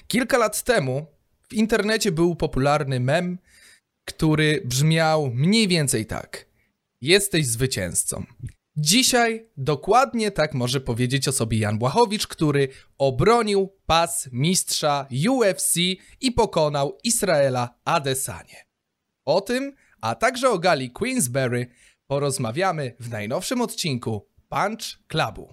Kilka lat temu w internecie był popularny mem, który brzmiał mniej więcej tak. Jesteś zwycięzcą. Dzisiaj dokładnie tak może powiedzieć o sobie Jan Błachowicz, który obronił pas mistrza UFC i pokonał Israela Adesanie. O tym, a także o gali Queensberry porozmawiamy w najnowszym odcinku Punch Clubu.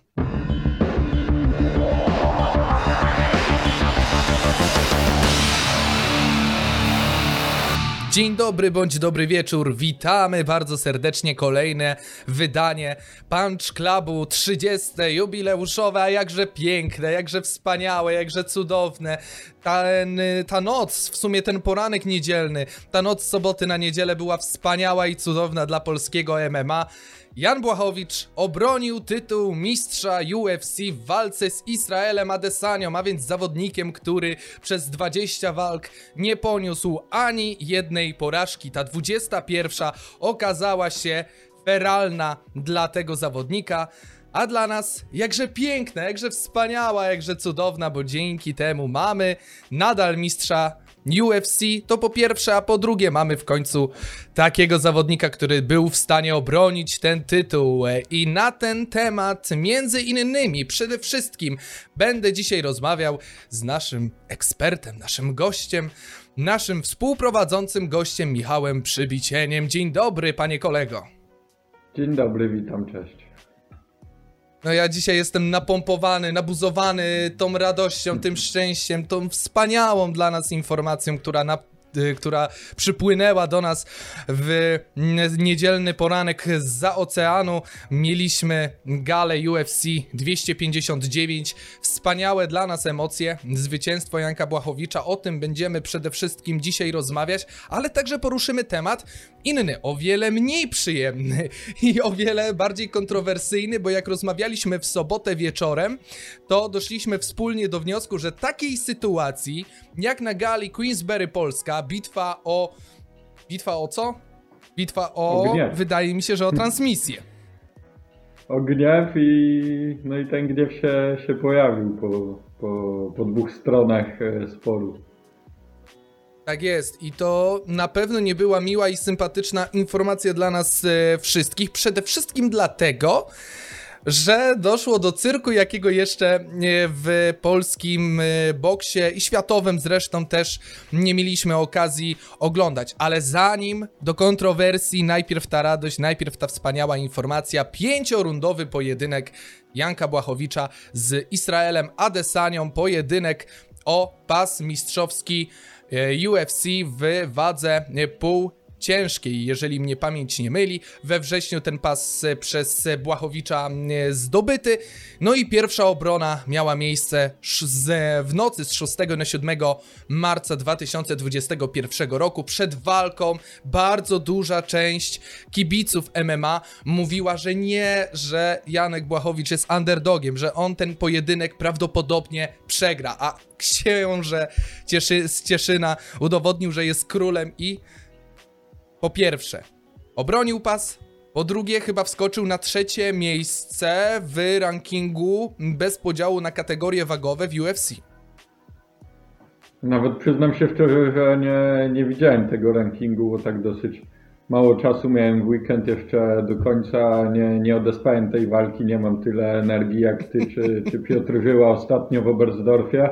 Dzień dobry bądź dobry wieczór, witamy bardzo serdecznie, kolejne wydanie Punch Clubu 30. jubileuszowe, a jakże piękne, jakże wspaniałe, jakże cudowne. Ta noc, w sumie ten poranek niedzielny, ta noc z soboty na niedzielę była wspaniała i cudowna dla polskiego MMA. Jan Błachowicz obronił tytuł mistrza UFC w walce z Israelem Adesanią, a więc zawodnikiem, który przez 20 walk nie poniósł ani jednej porażki. Ta 21 okazała się feralna dla tego zawodnika, a dla nas jakże piękna, jakże wspaniała, jakże cudowna, bo dzięki temu mamy nadal mistrza UFC, to po pierwsze, a po drugie mamy w końcu takiego zawodnika, który był w stanie obronić ten tytuł. I na ten temat między innymi przede wszystkim będę dzisiaj rozmawiał z naszym ekspertem, naszym gościem, naszym współprowadzącym gościem Michałem Przybicieniem. Dzień dobry, panie kolego. Dzień dobry, witam, cześć. No ja dzisiaj jestem napompowany, nabuzowany tą radością, tym szczęściem, tą wspaniałą dla nas informacją, która przypłynęła do nas w niedzielny poranek zza oceanu. Mieliśmy galę UFC 259, wspaniałe dla nas emocje, zwycięstwo Janka Błachowicza. O tym będziemy przede wszystkim dzisiaj rozmawiać, ale także poruszymy temat inny, o wiele mniej przyjemny i o wiele bardziej kontrowersyjny, bo jak rozmawialiśmy w sobotę wieczorem, to doszliśmy wspólnie do wniosku, że takiej sytuacji jak na gali Queensberry Polska, bitwa o co? Bitwa o gniew. Wydaje mi się, że o transmisję. O gniew i ten gniew się pojawił po dwóch stronach sporu. Tak jest i to na pewno nie była miła i sympatyczna informacja dla nas wszystkich. Przede wszystkim dlatego, że doszło do cyrku, jakiego jeszcze w polskim boksie i światowym zresztą też nie mieliśmy okazji oglądać. Ale zanim do kontrowersji, najpierw ta radość, najpierw ta wspaniała informacja. 5-rundowy pojedynek Janka Błachowicza z Israelem Adesanią. Pojedynek o pas mistrzowski UFC w wadze półciężkiej, jeżeli mnie pamięć nie myli. We wrześniu ten pas przez Błachowicza zdobyty. No i pierwsza obrona miała miejsce w nocy z 6 na 7 marca 2021 roku. Przed walką bardzo duża część kibiców MMA mówiła, że nie, że Janek Błachowicz jest underdogiem, że on ten pojedynek prawdopodobnie przegra, a książę z Cieszyna udowodnił, że jest królem i po pierwsze obronił pas, po drugie chyba wskoczył na 3. miejsce w rankingu bez podziału na kategorie wagowe w UFC. Nawet przyznam się szczerze, że nie widziałem tego rankingu, bo tak dosyć mało czasu miałem w weekend, jeszcze do końca nie odespałem tej walki, nie mam tyle energii jak ty czy Piotr Żyła ostatnio w Oberstdorfie,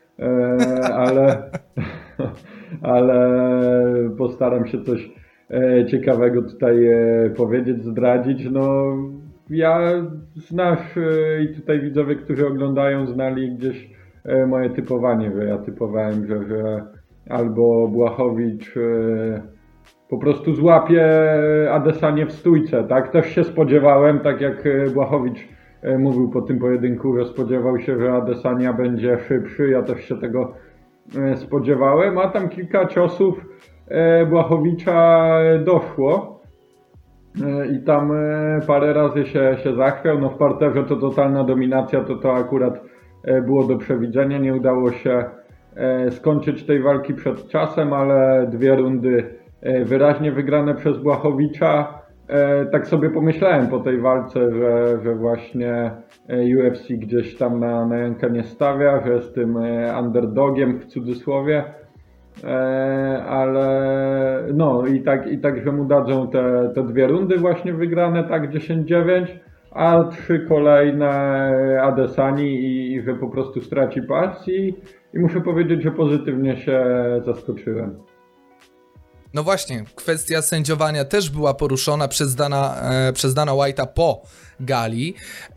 ale postaram się coś ciekawego tutaj powiedzieć, zdradzić. No ja znasz i tutaj widzowie, którzy oglądają, znali gdzieś moje typowanie, że ja typowałem, że albo Błachowicz po prostu złapie Adesanię w stójce, tak? Też się spodziewałem, tak jak Błachowicz mówił po tym pojedynku, że spodziewał się, że Adesania będzie szybszy, ja też się tego spodziewałem, a tam kilka ciosów Błachowicza doszło i tam parę razy się zachwiał. No w parterze to totalna dominacja, to akurat było do przewidzenia. Nie udało się skończyć tej walki przed czasem, ale 2 rundy wyraźnie wygrane przez Błachowicza. tak sobie pomyślałem po tej walce, że właśnie UFC gdzieś tam na Janka nie stawia, że jest tym underdogiem w cudzysłowie, ale no i tak, że mu dadzą te 2 rundy właśnie wygrane, tak 10-9, a 3 kolejne Adesani i że po prostu straci pas i muszę powiedzieć, że pozytywnie się zaskoczyłem. No właśnie, kwestia sędziowania też była poruszona przez Dana White'a po gali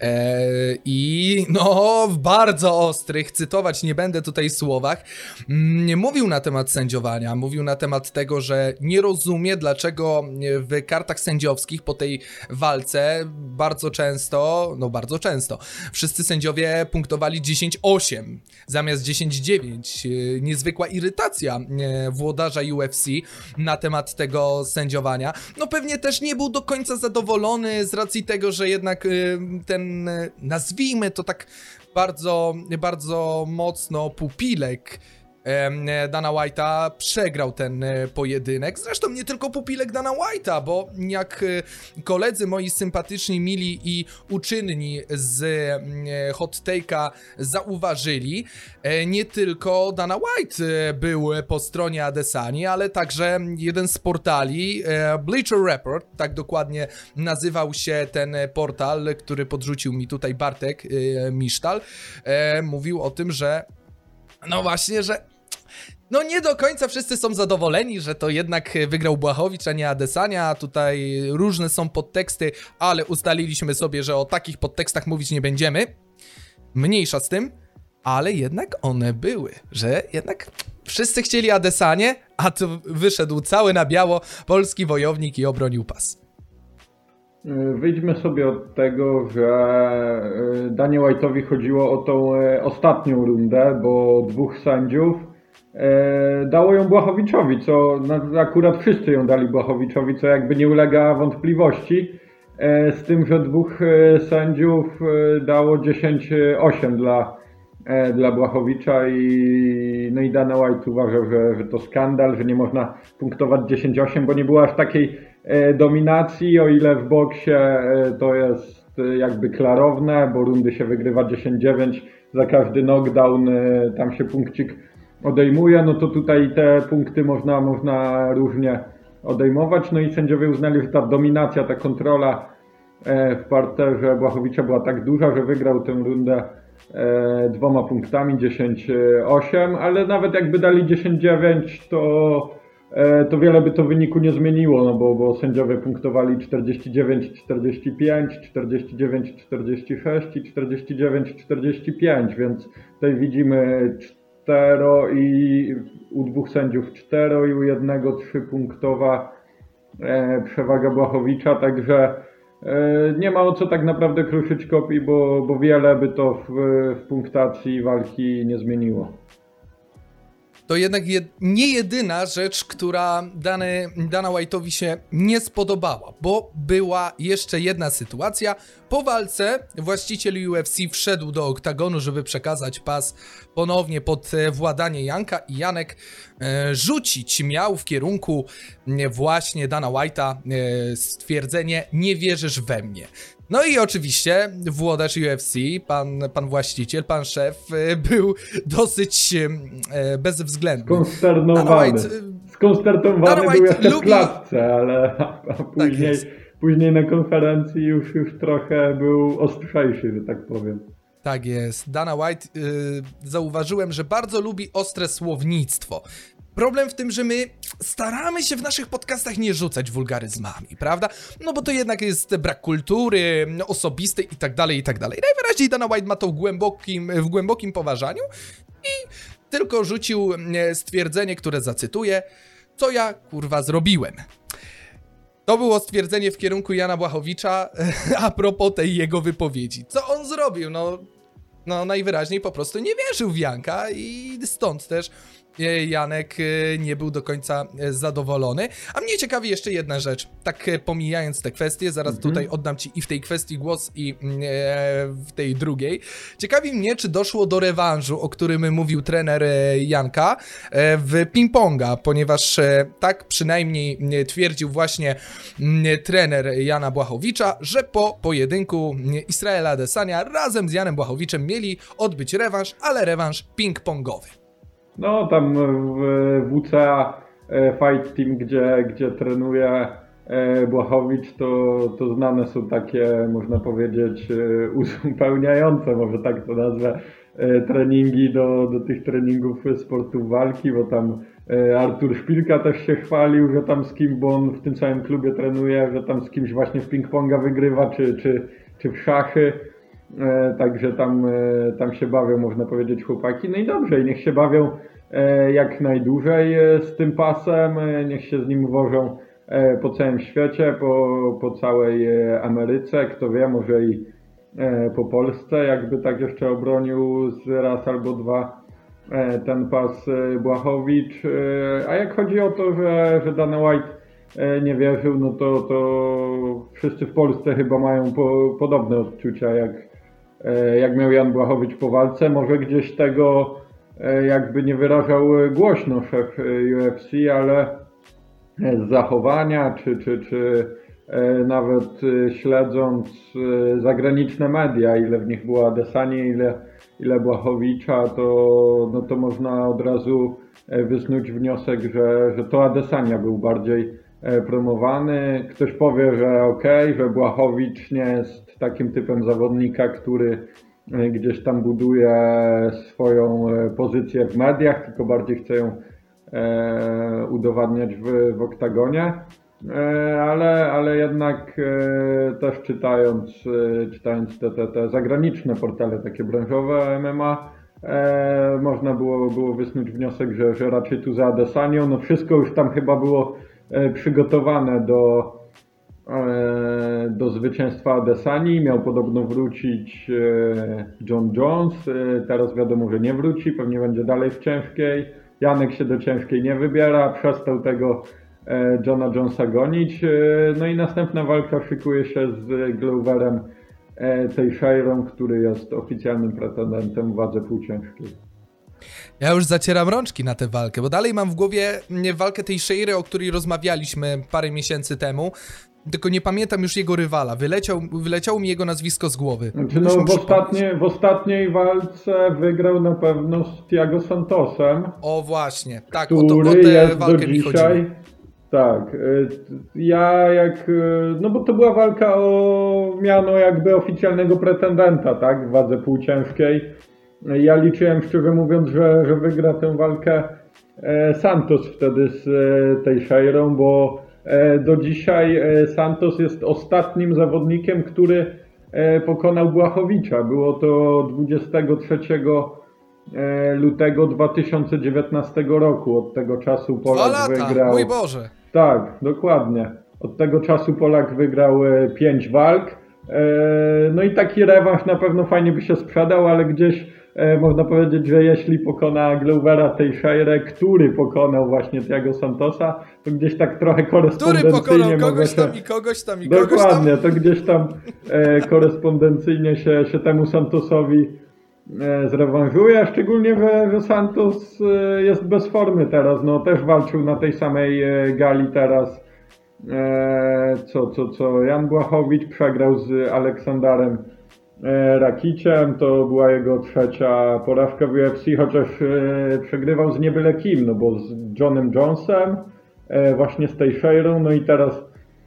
i no w bardzo ostrych, cytować nie będę tutaj słowach, nie mówił na temat sędziowania, mówił na temat tego, że nie rozumie, dlaczego w kartach sędziowskich po tej walce bardzo często wszyscy sędziowie punktowali 10-8 zamiast 10-9. Niezwykła irytacja włodarza UFC na temat tego sędziowania. No pewnie też nie był do końca zadowolony z racji tego, że jednak ten, nazwijmy to tak bardzo, bardzo mocno pupilek Dana White'a przegrał ten pojedynek. Zresztą nie tylko pupilek Dana White'a, bo jak koledzy moi sympatyczni, mili i uczynni z Hot Take'a zauważyli, nie tylko Dana White był po stronie Adesani, ale także jeden z portali, Bleacher Report, tak dokładnie nazywał się ten portal, który podrzucił mi tutaj Bartek Misztal, mówił o tym, że no właśnie, że no nie do końca wszyscy są zadowoleni, że to jednak wygrał Błachowicz, a nie Adesania, a tutaj różne są podteksty, ale ustaliliśmy sobie, że o takich podtekstach mówić nie będziemy. Mniejsza z tym, ale jednak one były, że jednak wszyscy chcieli Adesanie, a tu wyszedł cały na biało polski wojownik i obronił pas. Wyjdźmy sobie od tego, że Danie White'owi chodziło o tą ostatnią rundę, bo 2 sędziów dało ją Błachowiczowi, co akurat wszyscy ją dali Błachowiczowi, co jakby nie ulega wątpliwości, z tym, że 2 sędziów dało 10-8 dla Błachowicza i Dana White uważał, że to skandal, że nie można punktować 10-8, bo nie było aż takiej dominacji, o ile w boksie to jest jakby klarowne, bo rundy się wygrywa 10-9, za każdy knockdown tam się punkcik odejmuje, no to tutaj te punkty można różnie odejmować, no i sędziowie uznali, że ta dominacja, ta kontrola w parterze Błachowicza była tak duża, że wygrał tę rundę 2 punktami, 10-8, ale nawet jakby dali 10-9, to wiele by to wyniku nie zmieniło, no bo sędziowie punktowali 49-45, 49-46 i 49-45, więc tutaj widzimy u 2 sędziów 4 i u jednego 3-punktowa przewaga Błachowicza, także nie ma o co tak naprawdę kruszyć kopii, bo wiele by to w punktacji walki nie zmieniło. To jednak nie jedyna rzecz, która Dana White'owi się nie spodobała, bo była jeszcze jedna sytuacja. Po walce właściciel UFC wszedł do oktagonu, żeby przekazać pas ponownie pod władanie Janka i Janek rzucić miał w kierunku właśnie Dana White'a stwierdzenie: nie wierzysz we mnie. No i oczywiście włodarz UFC, pan właściciel, pan szef był dosyć bezwzględny. Skonsternowany był jeszcze w klatce, ale później na konferencji już trochę był ostrzejszy, że tak powiem. Tak jest. Dana White zauważyłem, że bardzo lubi ostre słownictwo. Problem w tym, że my staramy się w naszych podcastach nie rzucać wulgaryzmami, prawda? No bo to jednak jest brak kultury osobistej i tak dalej, i tak dalej. Najwyraźniej Dana White ma to w głębokim poważaniu i tylko rzucił stwierdzenie, które zacytuję: co ja kurwa zrobiłem. To było stwierdzenie w kierunku Jana Błachowicza a propos tej jego wypowiedzi. Co on zrobił? No najwyraźniej po prostu nie wierzył w Janka i stąd też Janek nie był do końca zadowolony. A mnie ciekawi jeszcze jedna rzecz, tak pomijając te kwestie, zaraz tutaj oddam ci i w tej kwestii głos i w tej drugiej. Ciekawi mnie, czy doszło do rewanżu, o którym mówił trener Janka w ping-ponga, ponieważ tak przynajmniej twierdził właśnie trener Jana Błachowicza, że po pojedynku Israela Adesanya razem z Janem Błachowiczem mieli odbyć rewanż, ale rewanż ping-pongowy. No tam w WCA Fight Team, gdzie trenuje Błachowicz, to znane są takie, można powiedzieć, uzupełniające, może tak to nazwę, treningi do tych treningów sportów walki, bo tam Artur Szpilka też się chwalił, że tam z kim, bo on w tym samym klubie trenuje, że tam z kimś właśnie w ping-ponga wygrywa, czy w szachy. Także tam się bawią, można powiedzieć, chłopaki. No i dobrze, i niech się bawią jak najdłużej z tym pasem, niech się z nim wożą po całym świecie, po całej Ameryce, kto wie, może i po Polsce, jakby tak jeszcze obronił z raz albo dwa ten pas Błachowicz. A jak chodzi o to, że Dana White nie wierzył, no to wszyscy w Polsce chyba mają podobne odczucia, jak miał Jan Błachowicz po walce. Może gdzieś tego jakby nie wyrażał głośno szef UFC, ale z zachowania, czy nawet śledząc zagraniczne media, ile w nich było Adesanya, ile Błachowicza, to można od razu wysnuć wniosek, że to Adesanya był bardziej promowany. Ktoś powie, że okej, że Błachowicz nie jest takim typem zawodnika, który gdzieś tam buduje swoją pozycję w mediach, tylko bardziej chce ją udowadniać w oktagonie. Ale jednak też czytając te zagraniczne portale, takie branżowe MMA, można było wysnuć wniosek, że raczej tu za Adesanią, no wszystko już tam chyba było przygotowane do zwycięstwa Adesanii. Miał podobno wrócić John Jones, teraz wiadomo, że nie wróci, pewnie będzie dalej w ciężkiej. Janek się do ciężkiej nie wybiera, przestał tego Johna Jonesa gonić. No i następna walka szykuje się z Gloverem Teixeirą, który jest oficjalnym pretendentem w wadze półciężkiej. Ja już zacieram rączki na tę walkę, bo dalej mam w głowie walkę Teixeiry, o której rozmawialiśmy parę miesięcy temu, tylko nie pamiętam już jego rywala. Wyleciało mi jego nazwisko z głowy. Znaczy, no, w ostatniej walce wygrał na pewno z Thiago Santosem. O właśnie, tak, który o tę jest walkę mi chodziło. Tak, no bo to była walka o miano jakby oficjalnego pretendenta, tak, w wadze półciężkiej. Ja liczyłem, szczerze mówiąc, że wygra tę walkę Santos wtedy z Teixeirą, bo do dzisiaj Santos jest ostatnim zawodnikiem, który pokonał Błachowicza. Było to 23 lutego 2019 roku. Od tego czasu Polak wygrał... Mój Boże! Tak, dokładnie. Od tego czasu Polak wygrał 5 walk. No i taki rewanż na pewno fajnie by się sprzedał, ale gdzieś można powiedzieć, że jeśli pokona Glovera Teixeirę, który pokonał właśnie Thiago Santosa, to gdzieś tak trochę korespondencyjnie... Który pokonał kogoś tam i kogoś tam i kogoś tam. Dokładnie, to gdzieś tam korespondencyjnie się temu Santosowi zrewanżuje, szczególnie, że Santos jest bez formy teraz, no też walczył na tej samej gali teraz, co Jan Błachowicz, przegrał z Aleksandarem Rakiciem, to była jego trzecia porażka w UFC, chociaż przegrywał z niebyle kim, no bo z Johnem Jonesem, właśnie z Teixeirą, no i teraz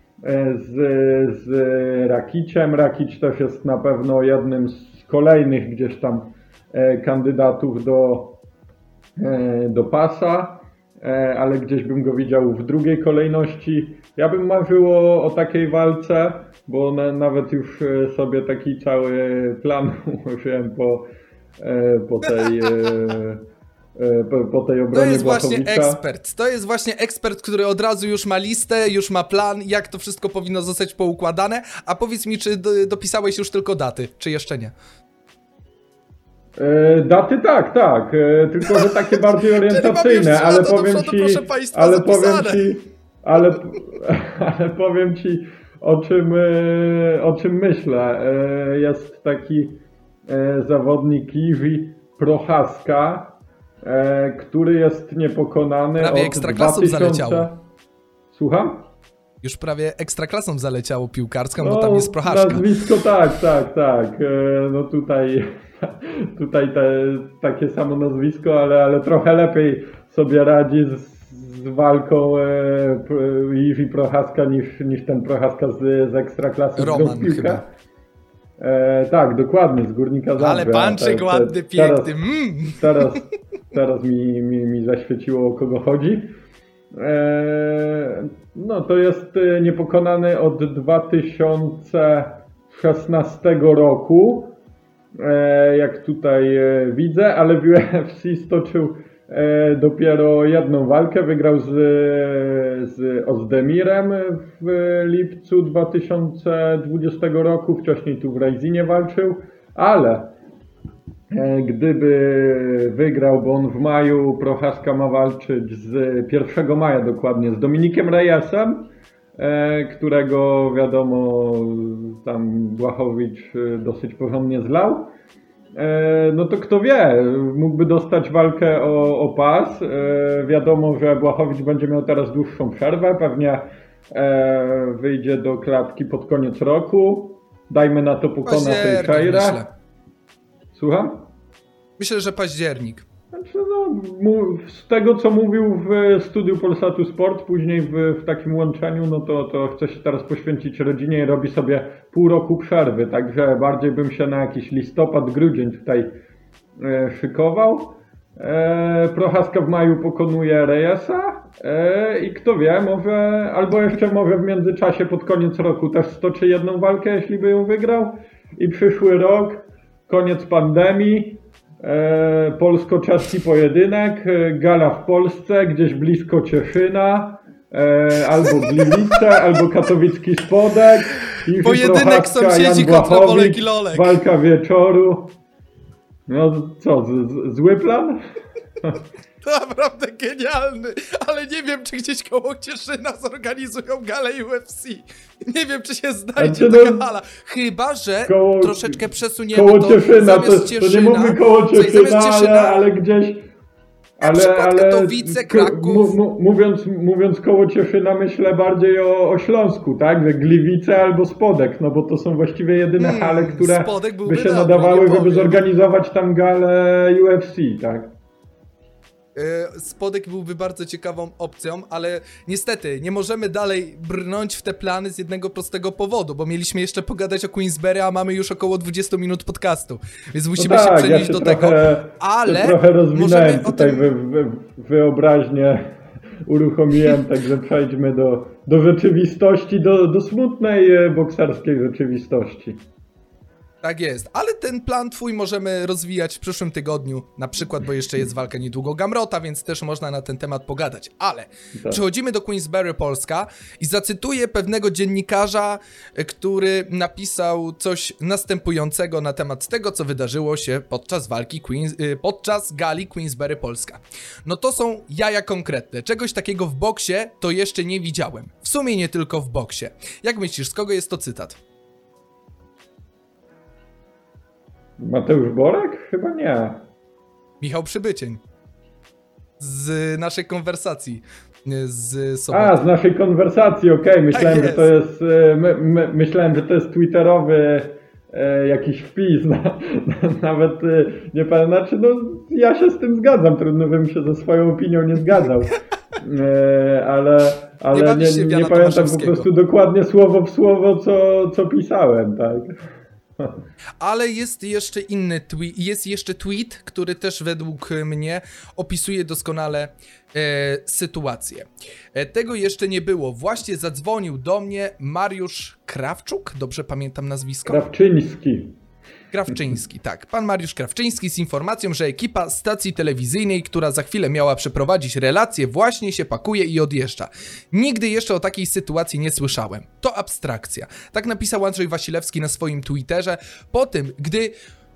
z Rakiciem. Rakic też jest na pewno jednym z kolejnych gdzieś tam kandydatów do pasa, ale gdzieś bym go widział w drugiej kolejności. Ja bym marzył o takiej walce, bo nawet już sobie taki cały plan ułożyłem po tej obronie To jest właśnie Błachowicza. to jest właśnie ekspert, który od razu już ma listę, już ma plan, jak to wszystko powinno zostać poukładane. A powiedz mi, czy dopisałeś już tylko daty, czy jeszcze nie? Daty tak, tylko że takie bardziej orientacyjne, ale powiem ci, ale powiem ci o czym myślę. Jest taki zawodnik Jiří Procházka, który jest niepokonany prawie od ekstraklasą 2000... zaleciało. Słucham? Już prawie ekstraklasą zaleciało piłkarską, bo tam jest Procházka. Nazwisko tak. No tutaj takie samo nazwisko, ale trochę lepiej sobie radzi z walką Jiří Procházka niż ten Procházka z ekstraklasy. Roman chyba. Tak, dokładnie, z Górnika Zabrze. Ale panczyk ładny, piękny. Teraz mi zaświeciło, o kogo chodzi. No to jest niepokonany od 2016 roku, jak tutaj widzę, ale w UFC stoczył dopiero jedną walkę, wygrał z Ozdemirem w lipcu 2020 roku, wcześniej tu w Rajzinie walczył, ale gdyby wygrał, bo on w maju Procházka ma walczyć z 1 maja dokładnie z Dominikiem Reyesem, którego wiadomo tam Błachowicz dosyć porządnie zlał. No to kto wie, mógłby dostać walkę o pas. Wiadomo, że Błachowicz będzie miał teraz dłuższą przerwę, pewnie wyjdzie do klatki pod koniec roku. Dajmy na to pokona Teixeira. Słucham? Myślę, że październik. Znaczy, z tego co mówił w studiu Polsatu Sport, później w takim łączeniu, no to chce się teraz poświęcić rodzinie i robi sobie pół roku przerwy, także bardziej bym się na jakiś listopad, grudzień tutaj szykował. Procházka w maju pokonuje Reyesa i kto wie, może w międzyczasie pod koniec roku też stoczy jedną walkę, jeśli by ją wygrał i przyszły rok, koniec pandemii, polsko-czeski pojedynek, gala w Polsce, gdzieś blisko Cieszyna, albo Gliwice, albo katowicki Spodek, pojedynek sąsiedzi kontra Bolek i Lolek. Walka wieczoru. No co, zły plan? Naprawdę genialny, ale nie wiem, czy gdzieś koło Cieszyna zorganizują galę UFC. Nie wiem, czy się znajdzie taka gala. Chyba, że troszeczkę przesuniemy koło Cieszyna, Cieszyna. To nie mówię koło Cieszyna, ale gdzieś... Ale Katowice, Kraków. Mówiąc koło Cieszyna, myślę bardziej o Śląsku, tak? Że Gliwice albo Spodek, no bo to są właściwie jedyne hale, które by się nadawały, żeby zorganizować tam galę UFC, tak? Spodek byłby bardzo ciekawą opcją, ale niestety nie możemy dalej brnąć w te plany z jednego prostego powodu, bo mieliśmy jeszcze pogadać o Queensberry, a mamy już około 20 minut podcastu, więc musimy się przenieść do tego, ale trochę rozwinąłem tutaj wyobraźnię, uruchomiłem, także przejdźmy do rzeczywistości, do smutnej bokserskiej rzeczywistości. Tak jest, ale ten plan twój możemy rozwijać w przyszłym tygodniu, na przykład, bo jeszcze jest walka niedługo Gamrota, więc też można na ten temat pogadać, ale przechodzimy do Queensberry Polska i zacytuję pewnego dziennikarza, który napisał coś następującego na temat tego, co wydarzyło się podczas gali Queensberry Polska. No to są jaja konkretne, czegoś takiego w boksie to jeszcze nie widziałem, w sumie nie tylko w boksie. Jak myślisz, z kogo jest to cytat? Mateusz Borek? Chyba nie. Michał Przybycień. Z naszej konwersacji z soboty. A, z naszej konwersacji, okej. Myślałem, że to jest myślałem, że to jest twitterowy jakiś wpis. Nawet nie pamiętam, znaczy, no ja się z tym zgadzam, trudno bym się ze swoją opinią nie zgadzał. Ale nie pamiętam po prostu dokładnie słowo w słowo, co pisałem, tak. Ale jest jeszcze inny tweet, który też według mnie opisuje doskonale sytuację. Tego jeszcze nie było. Właśnie zadzwonił do mnie Mariusz Krawczuk, dobrze pamiętam nazwisko? Krawczyński, tak. Pan Mariusz Krawczyński z informacją, że ekipa stacji telewizyjnej, która za chwilę miała przeprowadzić relację, właśnie się pakuje i odjeżdża. Nigdy jeszcze o takiej sytuacji nie słyszałem. To abstrakcja. Tak napisał Andrzej Wasilewski na swoim Twitterze po tym, gdy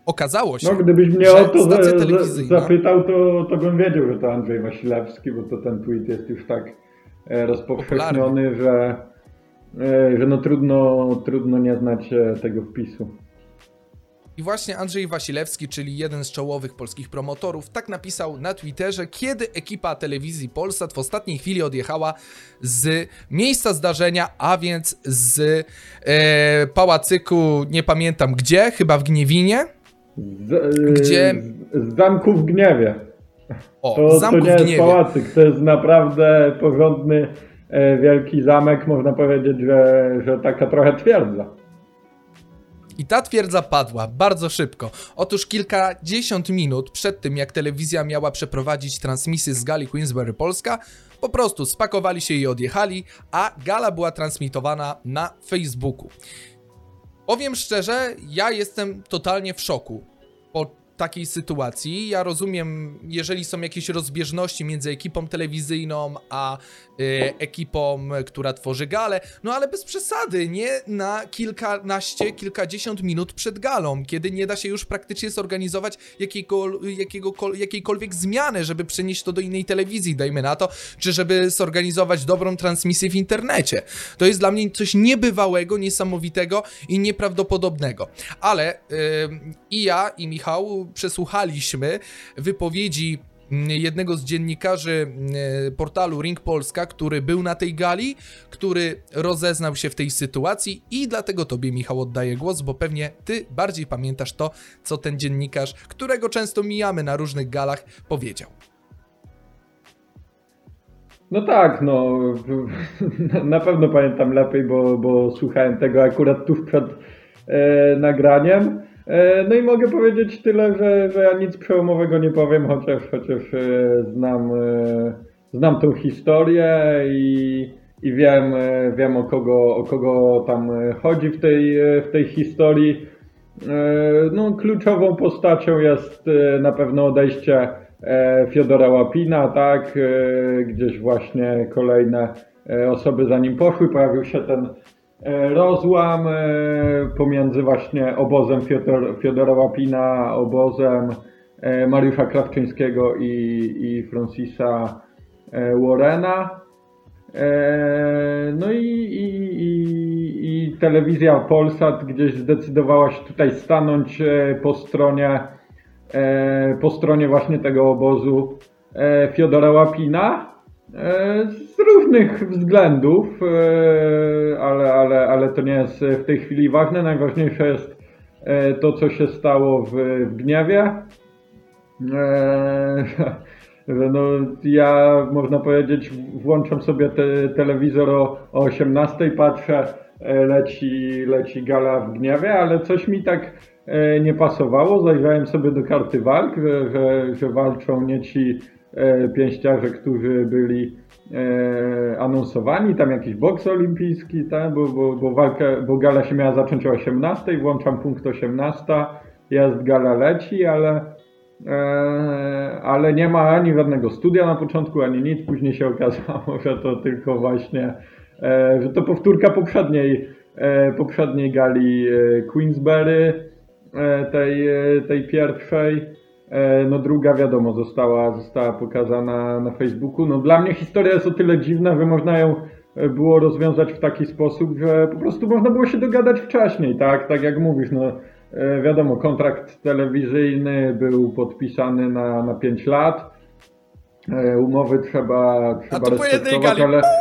okazało się, No gdybyś mnie że o to stacja telewizyjna... zapytał, to bym wiedział, że to Andrzej Wasilewski, bo to ten tweet jest już tak rozpowszechniony, że no trudno nie znać tego wpisu. I właśnie Andrzej Wasilewski, czyli jeden z czołowych polskich promotorów, tak napisał na Twitterze, kiedy ekipa telewizji Polsat w ostatniej chwili odjechała z miejsca zdarzenia, a więc z pałacyku, nie pamiętam gdzie, chyba w Gniewinie, gdzie... Z zamku w Gniewie. O, zamku to nie w jest Gniewie. pałacyk, to jest naprawdę porządny, wielki zamek, można powiedzieć, że taka trochę twierdza. I ta twierdza padła bardzo szybko. Otóż kilkadziesiąt minut przed tym, jak telewizja miała przeprowadzić transmisję z gali Queensberry Polska, po prostu spakowali się i odjechali, a gala była transmitowana na Facebooku. Powiem szczerze, ja jestem totalnie w szoku po takiej sytuacji. Ja rozumiem, jeżeli są jakieś rozbieżności między ekipą telewizyjną a ekipą, która tworzy galę, no ale bez przesady, nie na kilkadziesiąt minut przed galą, kiedy nie da się już praktycznie zorganizować jakiejkolwiek zmiany, żeby przenieść to do innej telewizji, dajmy na to, czy żeby zorganizować dobrą transmisję w internecie. To jest dla mnie coś niebywałego, niesamowitego i nieprawdopodobnego. Ale i ja, i Michał przesłuchaliśmy wypowiedzi jednego z dziennikarzy portalu Ring Polska, który był na tej gali, który rozeznał się w tej sytuacji i dlatego tobie, Michał, oddaję głos, bo pewnie ty bardziej pamiętasz to, co ten dziennikarz, którego często mijamy na różnych galach, powiedział. No tak, no na pewno pamiętam lepiej, bo słuchałem tego akurat tuż przed nagraniem. No i mogę powiedzieć tyle, że ja nic przełomowego nie powiem, chociaż znam tą historię i wiem o kogo tam chodzi w tej historii. No, kluczową postacią jest na pewno odejście Fiodora Łapina, tak? Gdzieś właśnie kolejne osoby za nim poszły, pojawił się ten rozłam pomiędzy właśnie obozem Fiodora Łapina, a obozem Mariusza Krawczyńskiego i Francisa Warrena. No i telewizja Polsat gdzieś zdecydowała się tutaj stanąć po stronie właśnie tego obozu Fiodora Łapina. Z różnych względów, ale to nie jest w tej chwili ważne. Najważniejsze jest to, co się stało w Gniewie. Że no, ja, można powiedzieć, włączam sobie telewizor o 18:00, patrzę, leci gala w Gniewie, ale coś mi tak nie pasowało. Zajrzałem sobie do karty walk, że walczą nie ci pięściarze, którzy byli anonsowani, tam jakiś boks olimpijski, tak? Bo gala się miała zacząć o 18:00, włączam punkt 18:00, jest gala leci, ale nie ma ani żadnego studia na początku, ani nic. Później się okazało, że to tylko właśnie, że to powtórka poprzedniej gali Queensberry, tej pierwszej. No druga, wiadomo, została pokazana na Facebooku. No dla mnie historia jest o tyle dziwna, że można ją było rozwiązać w taki sposób, że po prostu można było się dogadać wcześniej, tak? Tak jak mówisz, no wiadomo, kontrakt telewizyjny był podpisany na 5 lat. Umowy trzeba respektować,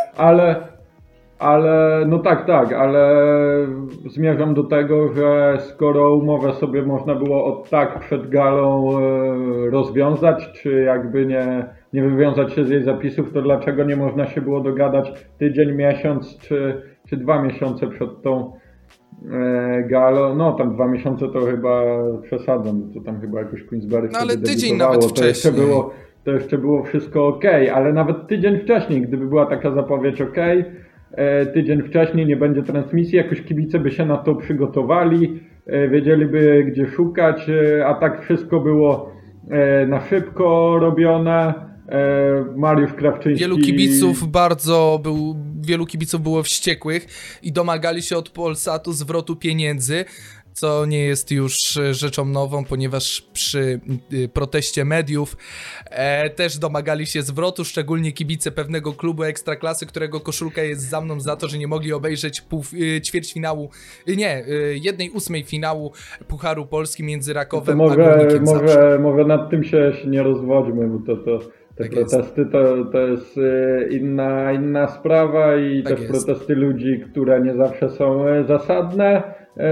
ale no tak, ale zmierzam do tego, że skoro umowę sobie można było przed galą rozwiązać, czy jakby nie wywiązać się z jej zapisów, to dlaczego nie można się było dogadać tydzień, miesiąc czy 2 miesiące przed tą galą? No tam 2 miesiące to chyba przesadzam, to tam chyba jakoś Queensberry no, ale tydzień nawet wcześniej. To jeszcze było wszystko ok, ale nawet tydzień wcześniej, gdyby była taka zapowiedź ok, tydzień wcześniej nie będzie transmisji, jakoś kibice by się na to przygotowali, wiedzieliby gdzie szukać, a tak wszystko było na szybko robione. Mariusz Krawczyński... Wielu kibiców było wściekłych i domagali się od Polsatu zwrotu pieniędzy. co nie jest już rzeczą nową, ponieważ przy proteście mediów też domagali się zwrotu, szczególnie kibice pewnego klubu Ekstraklasy, którego koszulka jest za mną za to, że nie mogli obejrzeć ćwierćfinału, nie, 1/8 finału Pucharu Polski między Rakowem a Górnikiem Zabrze. Może nad tym się nie rozwodźmy, bo te Tak protesty to jest inna sprawa i Tak też jest. protesty ludzi, które nie zawsze są zasadne.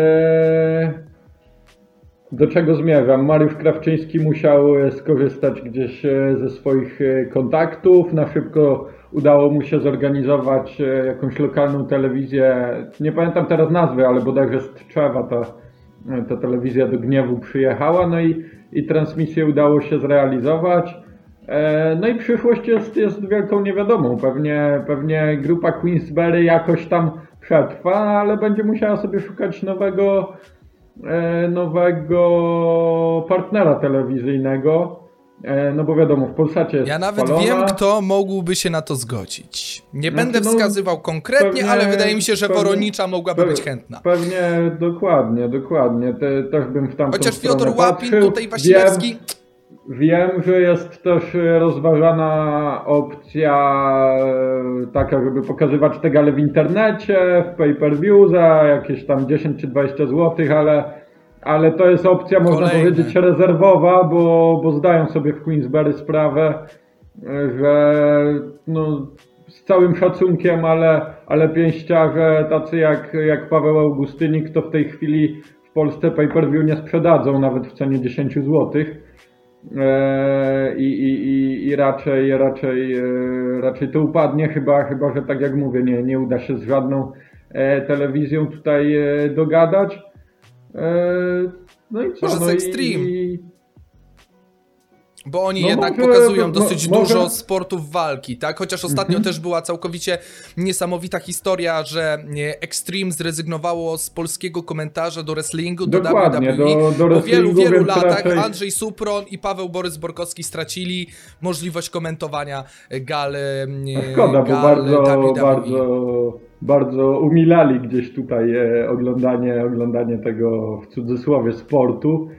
Do czego zmierzam? Mariusz Krawczyński musiał skorzystać gdzieś ze swoich kontaktów. Na szybko udało mu się zorganizować jakąś lokalną telewizję. Nie pamiętam teraz nazwy, ale bodajże z Tczewa ta telewizja do Gniewu przyjechała. No i transmisję udało się zrealizować. No i przyszłość jest wielką niewiadomą. Pewnie grupa Queensberry jakoś tam przetrwa, ale będzie musiała sobie szukać nowego partnera telewizyjnego. No bo wiadomo, w Polsacie jest Ja nawet spalona. wiem, kto mógłby się na to zgodzić. Nie będę wskazywał konkretnie, pewnie- ale wydaje mi się, że pewnie- Woronicza mogłaby być chętna. Pewnie, dokładnie. Też bym w tamtą Chociaż stronę Fiodor Łapin, patrzył. tutaj Wasilewski... Wiem, że jest też rozważana opcja taka, żeby pokazywać te gale w internecie, w pay-per-view za jakieś tam 10 czy 20 zł, ale to jest opcja, można Kolejne. powiedzieć, rezerwowa, bo zdają sobie w Queensberry sprawę, że no, z całym szacunkiem, ale pięściarze tacy jak Paweł Augustynik to w tej chwili w Polsce pay-per-view nie sprzedadzą nawet w cenie 10 zł. I raczej to upadnie, chyba że tak jak mówię, nie uda się z żadną telewizją tutaj dogadać. No i co? Może z No Extreme. Bo oni No jednak może- pokazują dosyć może- dużo sportów walki, tak? Chociaż ostatnio też była całkowicie niesamowita historia, że Extreme zrezygnowało z polskiego komentarza do wrestlingu, do Dokładnie, WWE. do Po wrestlingu, wielu więc latach raczej- Andrzej Supron i Paweł Borys Borkowski stracili możliwość komentowania gal Szkoda, bo gal WWE. bardzo umilali gdzieś tutaj oglądanie tego w cudzysłowie sportu.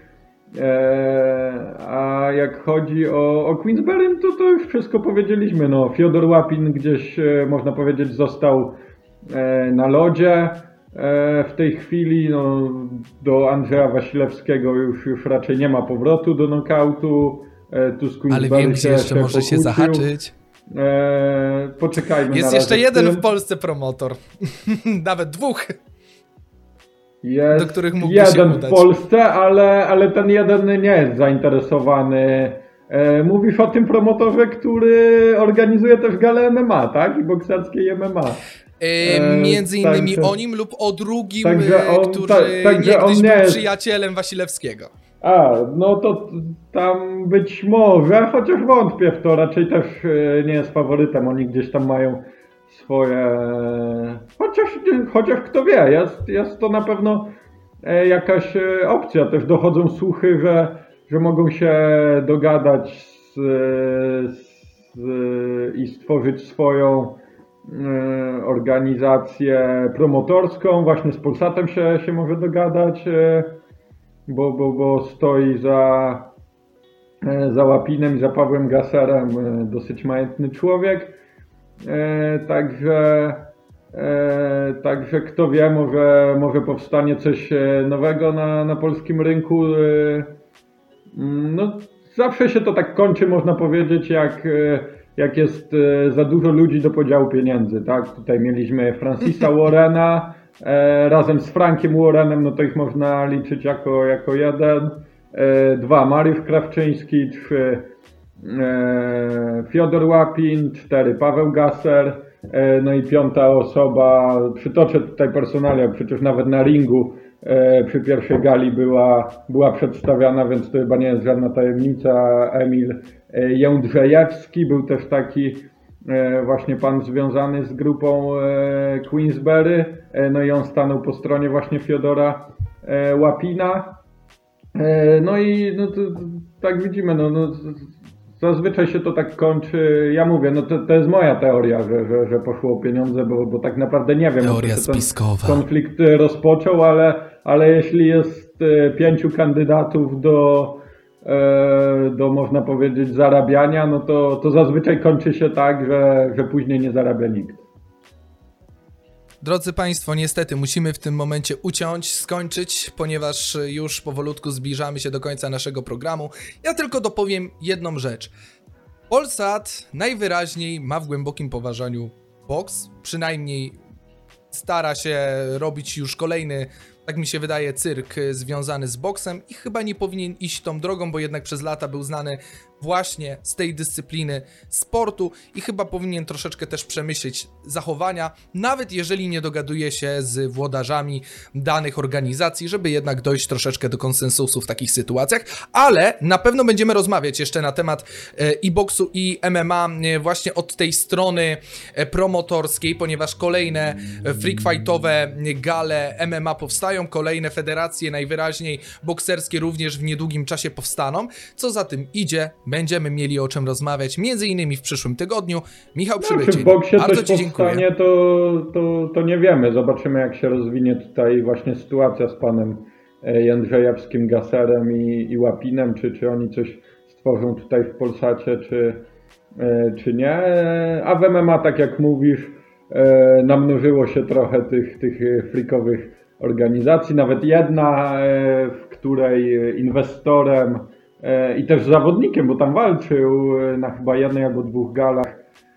A jak chodzi o Queensberry, to już wszystko powiedzieliśmy. No, Fiodor Łapin gdzieś, można powiedzieć, został na lodzie. W tej chwili no, do Andrzeja Wasilewskiego już raczej nie ma powrotu do nokautu. Tu z Ale Queensberry wiem, gdzie jeszcze może się pokłócił. zahaczyć. Poczekajmy Jest na jeszcze razie z jeden tym. w Polsce promotor. Nawet dwóch. Jest do których mógłby się jeden w udać. Polsce, ale ten jeden nie jest zainteresowany. Mówisz o tym promotorze, który organizuje też galę MMA, tak? I bokserskie i MMA. Między innymi także- o nim lub o drugim, także on- który także on niegdyś nie był jest- przyjacielem Wasilewskiego. No to tam być może, chociaż wątpię w to, raczej też nie jest faworytem. Oni gdzieś tam mają swoje... Chociaż kto wie, jest to na pewno jakaś opcja. Też dochodzą słuchy, że mogą się dogadać i stworzyć swoją organizację promotorską. Właśnie z Polsatem się może dogadać, bo stoi za Łapinem i za Pawłem Gaserem dosyć majętny człowiek. Także kto wie, może powstanie coś nowego na polskim rynku. No, zawsze się to tak kończy, można powiedzieć, jak jest za dużo ludzi do podziału pieniędzy, tak? Tutaj mieliśmy Francisa Warrena razem z Frankiem Warrenem, no to ich można liczyć jako jeden. 2 Mariusz Krawczyński, 3 Fiodor Łapin, 4 Paweł Gaser, no i 5 osoba, przytoczę tutaj personalia, przecież nawet na ringu przy pierwszej gali była przedstawiana, więc to chyba nie jest żadna tajemnica, Emil Jędrzejewski, był też taki właśnie pan związany z grupą Queensberry, no i on stanął po stronie właśnie Fiodora Łapina. No i no to, tak widzimy, no zazwyczaj się to tak kończy. Ja mówię, no to jest moja teoria, że poszło o pieniądze, bo tak naprawdę nie wiem, Teoria kto się ten spiskowa. konflikt rozpoczął, ale jeśli jest 5 kandydatów do można powiedzieć zarabiania, no to zazwyczaj kończy się tak, że później nie zarabia nikt. Drodzy Państwo, niestety musimy w tym momencie skończyć, ponieważ już powolutku zbliżamy się do końca naszego programu. Ja tylko dopowiem jedną rzecz. Polsat najwyraźniej ma w głębokim poważaniu boks, przynajmniej stara się robić już kolejny, tak mi się wydaje, cyrk związany z boksem i chyba nie powinien iść tą drogą, bo jednak przez lata był znany właśnie z tej dyscypliny sportu i chyba powinien troszeczkę też przemyśleć zachowania, nawet jeżeli nie dogaduje się z włodarzami danych organizacji, żeby jednak dojść troszeczkę do konsensusu w takich sytuacjach, ale na pewno będziemy rozmawiać jeszcze na temat i boksu i MMA właśnie od tej strony promotorskiej, ponieważ kolejne freak fightowe gale MMA powstają, kolejne federacje najwyraźniej bokserskie również w niedługim czasie powstaną. Co za tym idzie, będziemy mieli o czym rozmawiać, między innymi w przyszłym tygodniu. Michał Przybycień, czy w boksie bardzo coś Ci dziękuję. powstanie, to nie wiemy. Zobaczymy, jak się rozwinie tutaj właśnie sytuacja z panem Jędrzejewskim, Gaserem i Łapinem, czy oni coś stworzą tutaj w Polsacie, czy nie. A w MMA, tak jak mówisz, namnożyło się trochę tych freakowych organizacji, nawet jedna, w której inwestorem i też zawodnikiem, bo tam walczył na chyba jednej albo 2 galach,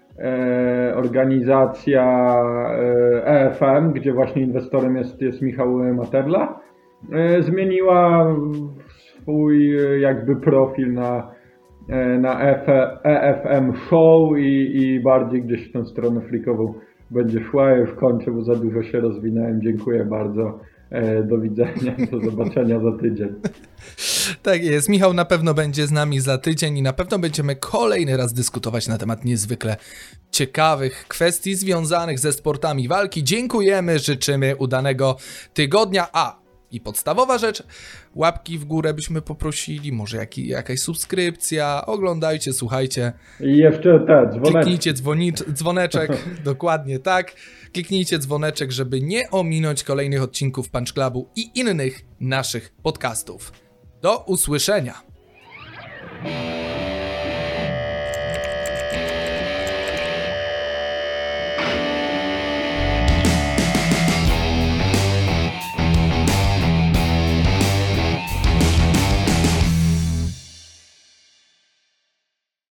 organizacja EFM, gdzie właśnie inwestorem jest Michał Materla, zmieniła swój jakby profil na EFM Show i bardziej gdzieś w tę stronę freakową będzie szła. Ja już kończę, bo za dużo się rozwinąłem. Dziękuję bardzo. Do widzenia, do zobaczenia za tydzień. Tak jest, Michał na pewno będzie z nami za tydzień i na pewno będziemy kolejny raz dyskutować na temat niezwykle ciekawych kwestii związanych ze sportami walki. Dziękujemy, życzymy udanego tygodnia. I podstawowa rzecz, łapki w górę byśmy poprosili, może jakaś subskrypcja, oglądajcie, słuchajcie. I jeszcze dzwoneczek. Kliknijcie dzwoneczek, dokładnie tak. Kliknijcie dzwoneczek, żeby nie ominąć kolejnych odcinków Punch Clubu i innych naszych podcastów. Do usłyszenia.